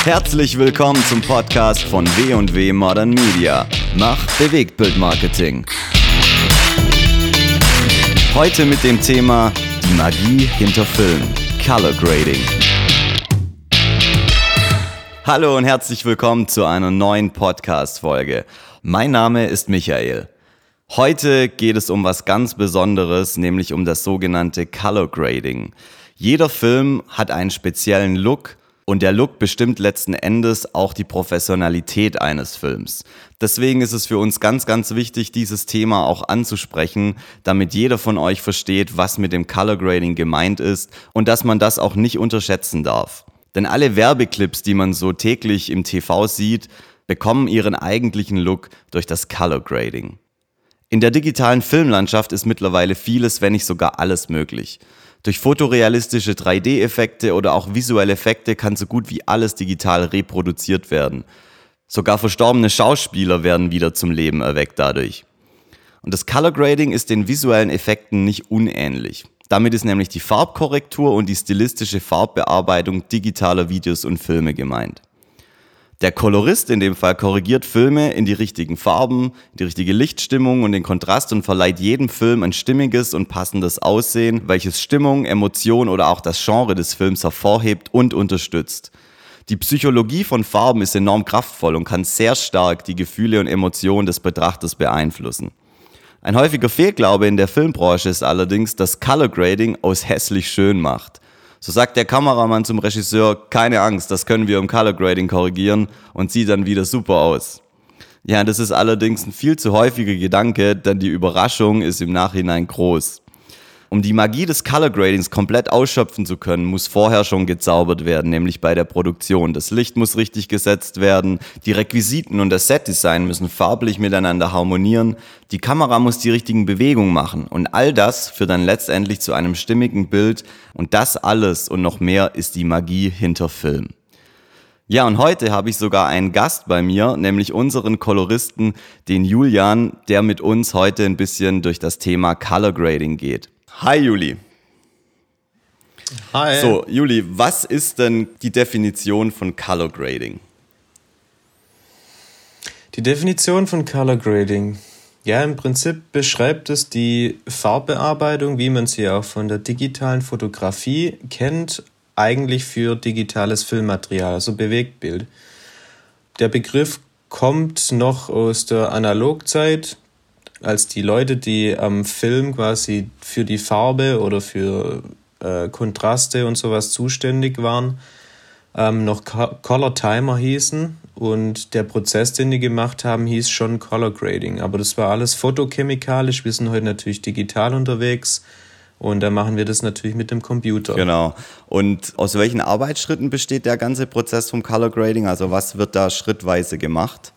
Herzlich willkommen zum Podcast von W&W Modern Media. Mach Bewegtbildmarketing. Heute mit dem Thema die Magie hinter Film, Color Grading. Hallo und herzlich willkommen zu einer neuen Podcast-Folge. Mein Name ist Michael. Heute geht es um was ganz Besonderes, nämlich um das sogenannte Color Grading. Jeder Film hat einen speziellen Look und der Look bestimmt letzten Endes auch die Professionalität eines Films. Deswegen ist es für uns ganz, ganz wichtig, dieses Thema auch anzusprechen, damit jeder von euch versteht, was mit dem Color Grading gemeint ist und dass man das auch nicht unterschätzen darf. Denn alle Werbeclips, die man so täglich im TV sieht, bekommen ihren eigentlichen Look durch das Color Grading. In der digitalen Filmlandschaft ist mittlerweile vieles, wenn nicht sogar alles möglich. Durch fotorealistische 3D-Effekte oder auch visuelle Effekte kann so gut wie alles digital reproduziert werden. Sogar verstorbene Schauspieler werden wieder zum Leben erweckt dadurch. Und das Color Grading ist den visuellen Effekten nicht unähnlich. Damit ist nämlich die Farbkorrektur und die stilistische Farbbearbeitung digitaler Videos und Filme gemeint. Der Kolorist in dem Fall korrigiert Filme in die richtigen Farben, die richtige Lichtstimmung und den Kontrast und verleiht jedem Film ein stimmiges und passendes Aussehen, welches Stimmung, Emotion oder auch das Genre des Films hervorhebt und unterstützt. Die Psychologie von Farben ist enorm kraftvoll und kann sehr stark die Gefühle und Emotionen des Betrachters beeinflussen. Ein häufiger Fehlglaube in der Filmbranche ist allerdings, dass Color Grading aus hässlich schön macht. So sagt der Kameramann zum Regisseur, keine Angst, das können wir im Color Grading korrigieren und sieht dann wieder super aus. Ja, das ist allerdings ein viel zu häufiger Gedanke, denn die Überraschung ist im Nachhinein groß. Um die Magie des Color Gradings komplett ausschöpfen zu können, muss vorher schon gezaubert werden, nämlich bei der Produktion. Das Licht muss richtig gesetzt werden, die Requisiten und das Setdesign müssen farblich miteinander harmonieren, die Kamera muss die richtigen Bewegungen machen und all das führt dann letztendlich zu einem stimmigen Bild und das alles und noch mehr ist die Magie hinter Film. Ja, und heute habe ich sogar einen Gast bei mir, nämlich unseren Koloristen, den Julian, der mit uns heute ein bisschen durch das Thema Color Grading geht. Hi Juli. Hi. So, Juli, was ist denn die Definition von Color Grading? Die Definition von Color Grading. Ja, im Prinzip beschreibt es die Farbbearbeitung, wie man sie auch von der digitalen Fotografie kennt, eigentlich für digitales Filmmaterial, also Bewegtbild. Der Begriff kommt noch aus der Analogzeit, als die Leute, die am Film quasi für die Farbe oder für Kontraste und sowas zuständig waren, noch Color Timer hießen und der Prozess, den die gemacht haben, hieß schon Color Grading. Aber das war alles fotochemikalisch, wir sind heute natürlich digital unterwegs und da machen wir das natürlich mit dem Computer. Genau. Und aus welchen Arbeitsschritten besteht der ganze Prozess vom Color Grading? Also was wird da schrittweise gemacht?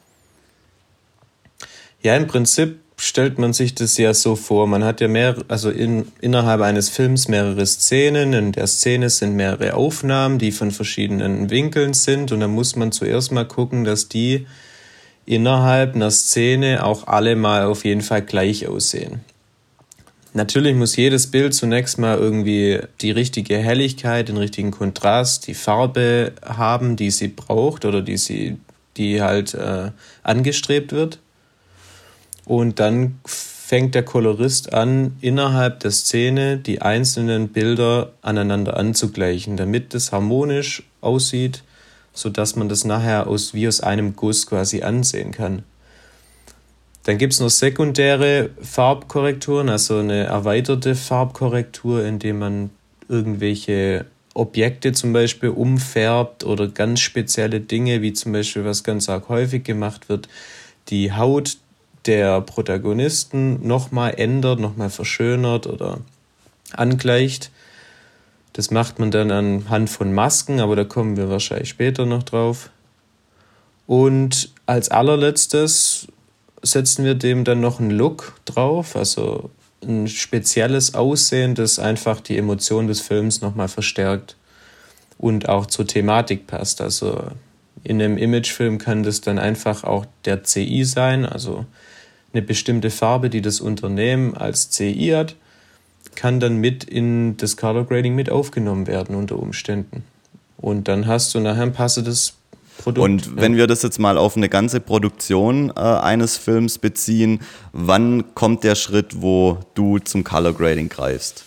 Ja, im Prinzip stellt man sich das ja so vor. Man hat ja innerhalb eines Films mehrere Szenen. In der Szene sind mehrere Aufnahmen, die von verschiedenen Winkeln sind. Und dann muss man zuerst mal gucken, dass die innerhalb einer Szene auch alle mal auf jeden Fall gleich aussehen. Natürlich muss jedes Bild zunächst mal irgendwie die richtige Helligkeit, den richtigen Kontrast, die Farbe haben, die sie braucht oder die halt angestrebt wird. Und dann fängt der Kolorist an, innerhalb der Szene die einzelnen Bilder aneinander anzugleichen, damit es harmonisch aussieht, sodass man das nachher wie aus einem Guss quasi ansehen kann. Dann gibt es noch sekundäre Farbkorrekturen, also eine erweiterte Farbkorrektur, indem man irgendwelche Objekte zum Beispiel umfärbt oder ganz spezielle Dinge, wie zum Beispiel, was ganz arg häufig gemacht wird, die Haut der Protagonisten nochmal ändert, nochmal verschönert oder angleicht. Das macht man dann anhand von Masken, aber da kommen wir wahrscheinlich später noch drauf. Und als allerletztes setzen wir dem dann noch einen Look drauf, also ein spezielles Aussehen, das einfach die Emotion des Films nochmal verstärkt und auch zur Thematik passt. Also in einem Imagefilm kann das dann einfach auch der CI sein, also eine bestimmte Farbe, die das Unternehmen als CI hat, kann dann mit in das Color Grading mit aufgenommen werden unter Umständen. Und dann hast du nachher ein passendes Produkt. Und wenn wir das jetzt mal auf eine ganze Produktion eines Films beziehen, wann kommt der Schritt, wo du zum Color Grading greifst?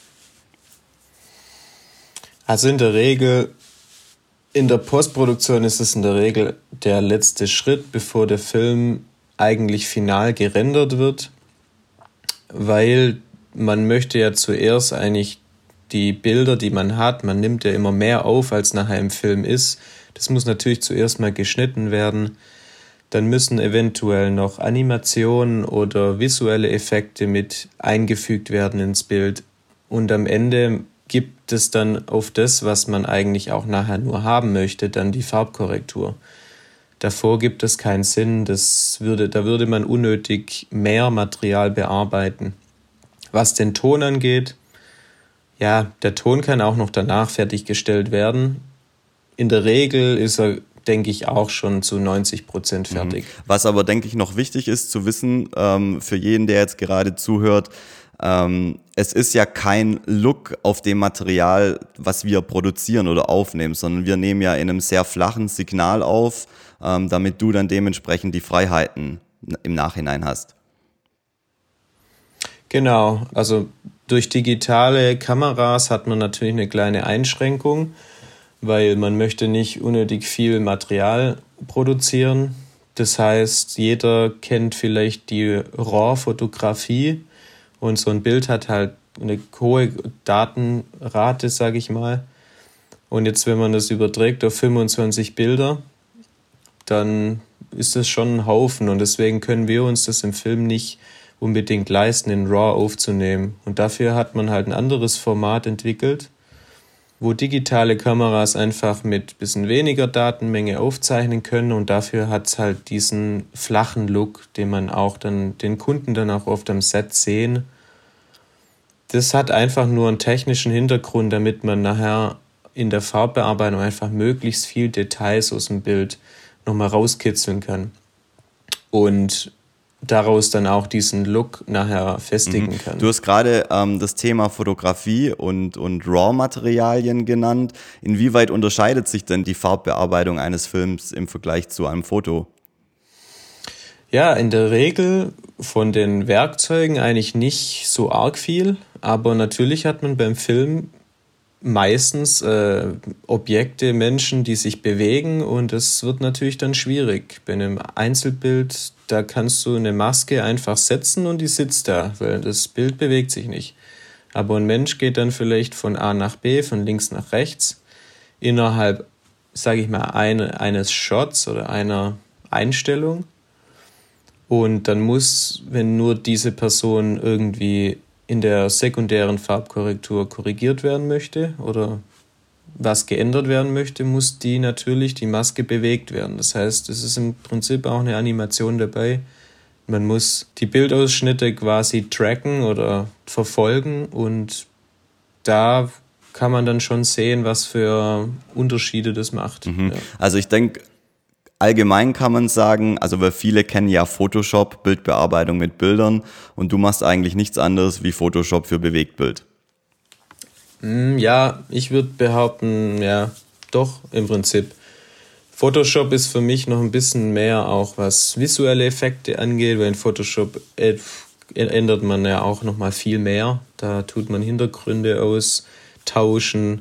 Also in der Regel, in der Postproduktion ist es in der Regel der letzte Schritt, bevor der Film eigentlich final gerendert wird, weil man möchte ja zuerst eigentlich die Bilder, die man hat, man nimmt ja immer mehr auf, als nachher im Film ist. Das muss natürlich zuerst mal geschnitten werden. Dann müssen eventuell noch Animationen oder visuelle Effekte mit eingefügt werden ins Bild. Und am Ende gibt es dann auf das, was man eigentlich auch nachher nur haben möchte, dann die Farbkorrektur. Davor gibt es keinen Sinn. Da würde man unnötig mehr Material bearbeiten. Was den Ton angeht, ja, der Ton kann auch noch danach fertiggestellt werden. In der Regel ist er, denke ich, auch schon zu 90% fertig. Was aber, denke ich, noch wichtig ist zu wissen, für jeden, der jetzt gerade zuhört, es ist ja kein Look auf dem Material, was wir produzieren oder aufnehmen, sondern wir nehmen ja in einem sehr flachen Signal auf, damit du dann dementsprechend die Freiheiten im Nachhinein hast. Genau, also durch digitale Kameras hat man natürlich eine kleine Einschränkung, weil man möchte nicht unnötig viel Material produzieren. Das heißt, jeder kennt vielleicht die RAW-Fotografie und so ein Bild hat halt eine hohe Datenrate, sage ich mal. Und jetzt, wenn man das überträgt auf 25 Bilder, dann ist das schon ein Haufen und deswegen können wir uns das im Film nicht unbedingt leisten, in RAW aufzunehmen. Und dafür hat man halt ein anderes Format entwickelt, wo digitale Kameras einfach mit ein bisschen weniger Datenmenge aufzeichnen können und dafür hat es halt diesen flachen Look, den man auch dann, den Kunden dann auch oft am Set sehen. Das hat einfach nur einen technischen Hintergrund, damit man nachher in der Farbbearbeitung einfach möglichst viel Details aus dem Bild nochmal rauskitzeln kann und daraus dann auch diesen Look nachher festigen kann. Du hast gerade das Thema Fotografie und RAW-Materialien genannt. Inwieweit unterscheidet sich denn die Farbbearbeitung eines Films im Vergleich zu einem Foto? Ja, in der Regel von den Werkzeugen eigentlich nicht so arg viel, aber natürlich hat man beim Film meistens Objekte, Menschen, die sich bewegen und es wird natürlich dann schwierig. Bei einem Einzelbild, da kannst du eine Maske einfach setzen und die sitzt da, weil das Bild bewegt sich nicht. Aber ein Mensch geht dann vielleicht von A nach B, von links nach rechts, innerhalb, sage ich mal, eines Shots oder einer Einstellung. Und dann muss, wenn nur diese Person irgendwie in der sekundären Farbkorrektur korrigiert werden möchte oder was geändert werden möchte, muss die Maske bewegt werden. Das heißt, es ist im Prinzip auch eine Animation dabei. Man muss die Bildausschnitte quasi tracken oder verfolgen und da kann man dann schon sehen, was für Unterschiede das macht. Mhm. Ja. Also ich denke, allgemein kann man sagen, also weil viele kennen ja Photoshop, Bildbearbeitung mit Bildern und du machst eigentlich nichts anderes wie Photoshop für Bewegtbild. Ja, ich würde behaupten, ja, doch, im Prinzip. Photoshop ist für mich noch ein bisschen mehr auch, was visuelle Effekte angeht, weil in Photoshop ändert man ja auch noch mal viel mehr. Da tut man Hintergründe austauschen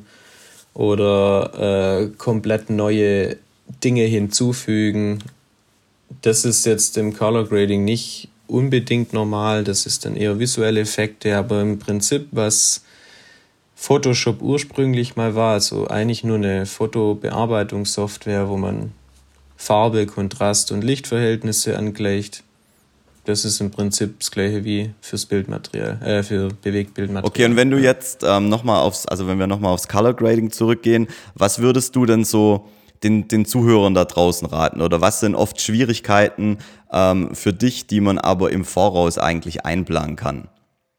oder komplett neue Dinge hinzufügen. Das ist jetzt im Color Grading nicht unbedingt normal, das ist dann eher visuelle Effekte, aber im Prinzip, was Photoshop ursprünglich mal war, also eigentlich nur eine Fotobearbeitungssoftware, wo man Farbe, Kontrast und Lichtverhältnisse angleicht. Das ist im Prinzip das Gleiche wie fürs Bildmaterial, für Bewegtbildmaterial. Okay, und wenn du jetzt wenn wir nochmal aufs Color Grading zurückgehen, was würdest du denn so den Zuhörern da draußen raten? Oder was sind oft Schwierigkeiten für dich, die man aber im Voraus eigentlich einplanen kann?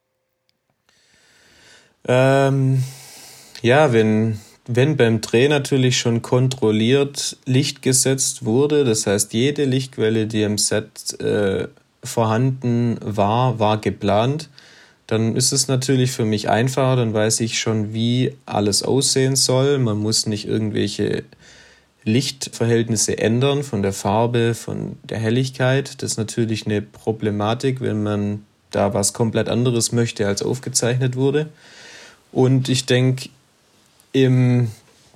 Ja, wenn beim Dreh natürlich schon kontrolliert Licht gesetzt wurde, das heißt jede Lichtquelle, die am Set vorhanden war geplant, dann ist es natürlich für mich einfacher, dann weiß ich schon, wie alles aussehen soll. Man muss nicht irgendwelche Lichtverhältnisse ändern, von der Farbe, von der Helligkeit. Das ist natürlich eine Problematik, wenn man da was komplett anderes möchte, als aufgezeichnet wurde. Und ich denke, im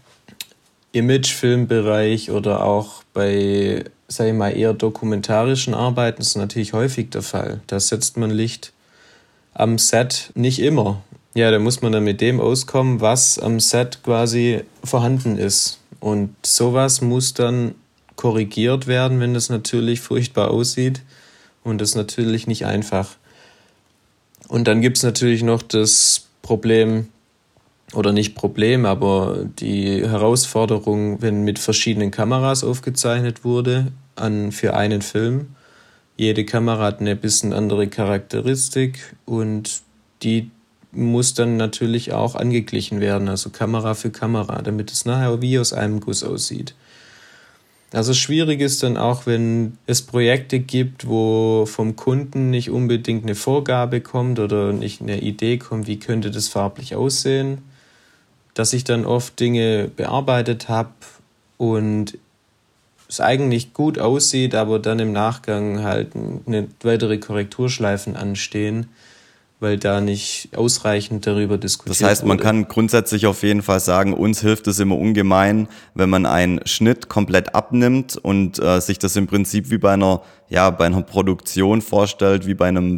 Imagefilmbereich oder auch bei, sag ich mal, eher dokumentarischen Arbeiten ist natürlich häufig der Fall. Da setzt man Licht am Set nicht immer. Ja, da muss man dann mit dem auskommen, was am Set quasi vorhanden ist. Und sowas muss dann korrigiert werden, wenn das natürlich furchtbar aussieht. Und das ist natürlich nicht einfach. Und dann gibt es natürlich noch das Problem, oder nicht Problem, aber die Herausforderung, wenn mit verschiedenen Kameras aufgezeichnet wurde für einen Film. Jede Kamera hat eine bisschen andere Charakteristik und die muss dann natürlich auch angeglichen werden, also Kamera für Kamera, damit es nachher wie aus einem Guss aussieht. Also schwierig ist dann auch, wenn es Projekte gibt, wo vom Kunden nicht unbedingt eine Vorgabe kommt oder nicht eine Idee kommt, wie könnte das farblich aussehen, dass ich dann oft Dinge bearbeitet habe und es eigentlich gut aussieht, aber dann im Nachgang halt eine weitere Korrekturschleifen anstehen, weil da nicht ausreichend darüber diskutiert wurde. Das heißt, man kann grundsätzlich auf jeden Fall sagen, uns hilft es immer ungemein, wenn man einen Schnitt komplett abnimmt und sich das im Prinzip wie bei einer Produktion vorstellt, wie bei einem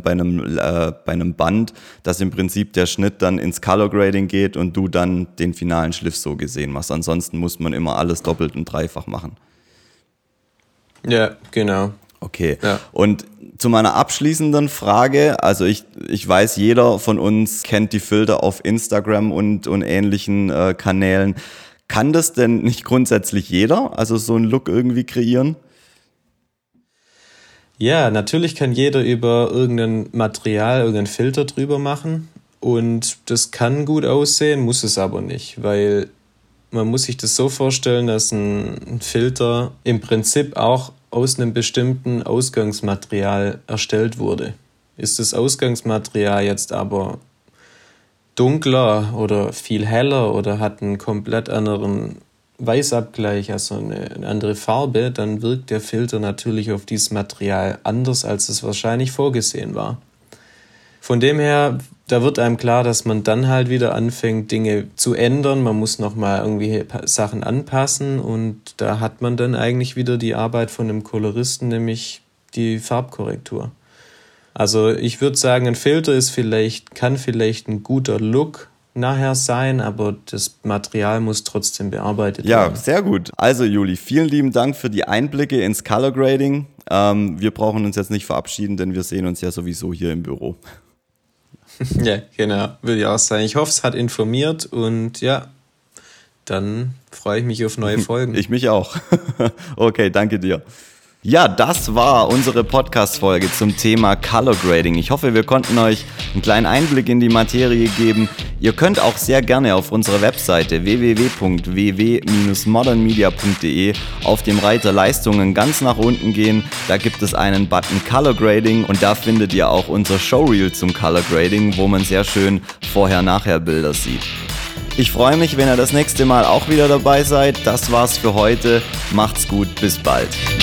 Band, dass im Prinzip der Schnitt dann ins Color Grading geht und du dann den finalen Schliff so gesehen machst. Ansonsten muss man immer alles doppelt und dreifach machen. Ja, genau. Okay. Ja. Und zu meiner abschließenden Frage, also ich weiß, jeder von uns kennt die Filter auf Instagram und ähnlichen Kanälen. Kann das denn nicht grundsätzlich jeder, also so einen Look irgendwie kreieren? Ja, natürlich kann jeder über irgendein Material, irgendeinen Filter drüber machen und das kann gut aussehen, muss es aber nicht, weil man muss sich das so vorstellen, dass ein Filter im Prinzip auch aus einem bestimmten Ausgangsmaterial erstellt wurde. Ist das Ausgangsmaterial jetzt aber dunkler oder viel heller oder hat einen komplett anderen Weißabgleich, also eine andere Farbe, dann wirkt der Filter natürlich auf dieses Material anders, als es wahrscheinlich vorgesehen war. Von dem her, da wird einem klar, dass man dann halt wieder anfängt, Dinge zu ändern. Man muss nochmal irgendwie Sachen anpassen und da hat man dann eigentlich wieder die Arbeit von einem Koloristen, nämlich die Farbkorrektur. Also ich würde sagen, ein Filter kann vielleicht ein guter Look nachher sein, aber das Material muss trotzdem bearbeitet werden. Ja, sehr gut. Also Juli, vielen lieben Dank für die Einblicke ins Color Grading. Wir brauchen uns jetzt nicht verabschieden, denn wir sehen uns ja sowieso hier im Büro. Ja, genau, würde ich auch sagen. Ich hoffe, es hat informiert und ja, dann freue ich mich auf neue Folgen. Ich mich auch. Okay, danke dir. Ja, das war unsere Podcast-Folge zum Thema Color Grading. Ich hoffe, wir konnten euch einen kleinen Einblick in die Materie geben. Ihr könnt auch sehr gerne auf unserer Webseite www.ww-modernmedia.de auf dem Reiter Leistungen ganz nach unten gehen. Da gibt es einen Button Color Grading und da findet ihr auch unser Showreel zum Color Grading, wo man sehr schön Vorher-Nachher-Bilder sieht. Ich freue mich, wenn ihr das nächste Mal auch wieder dabei seid. Das war's für heute. Macht's gut, bis bald.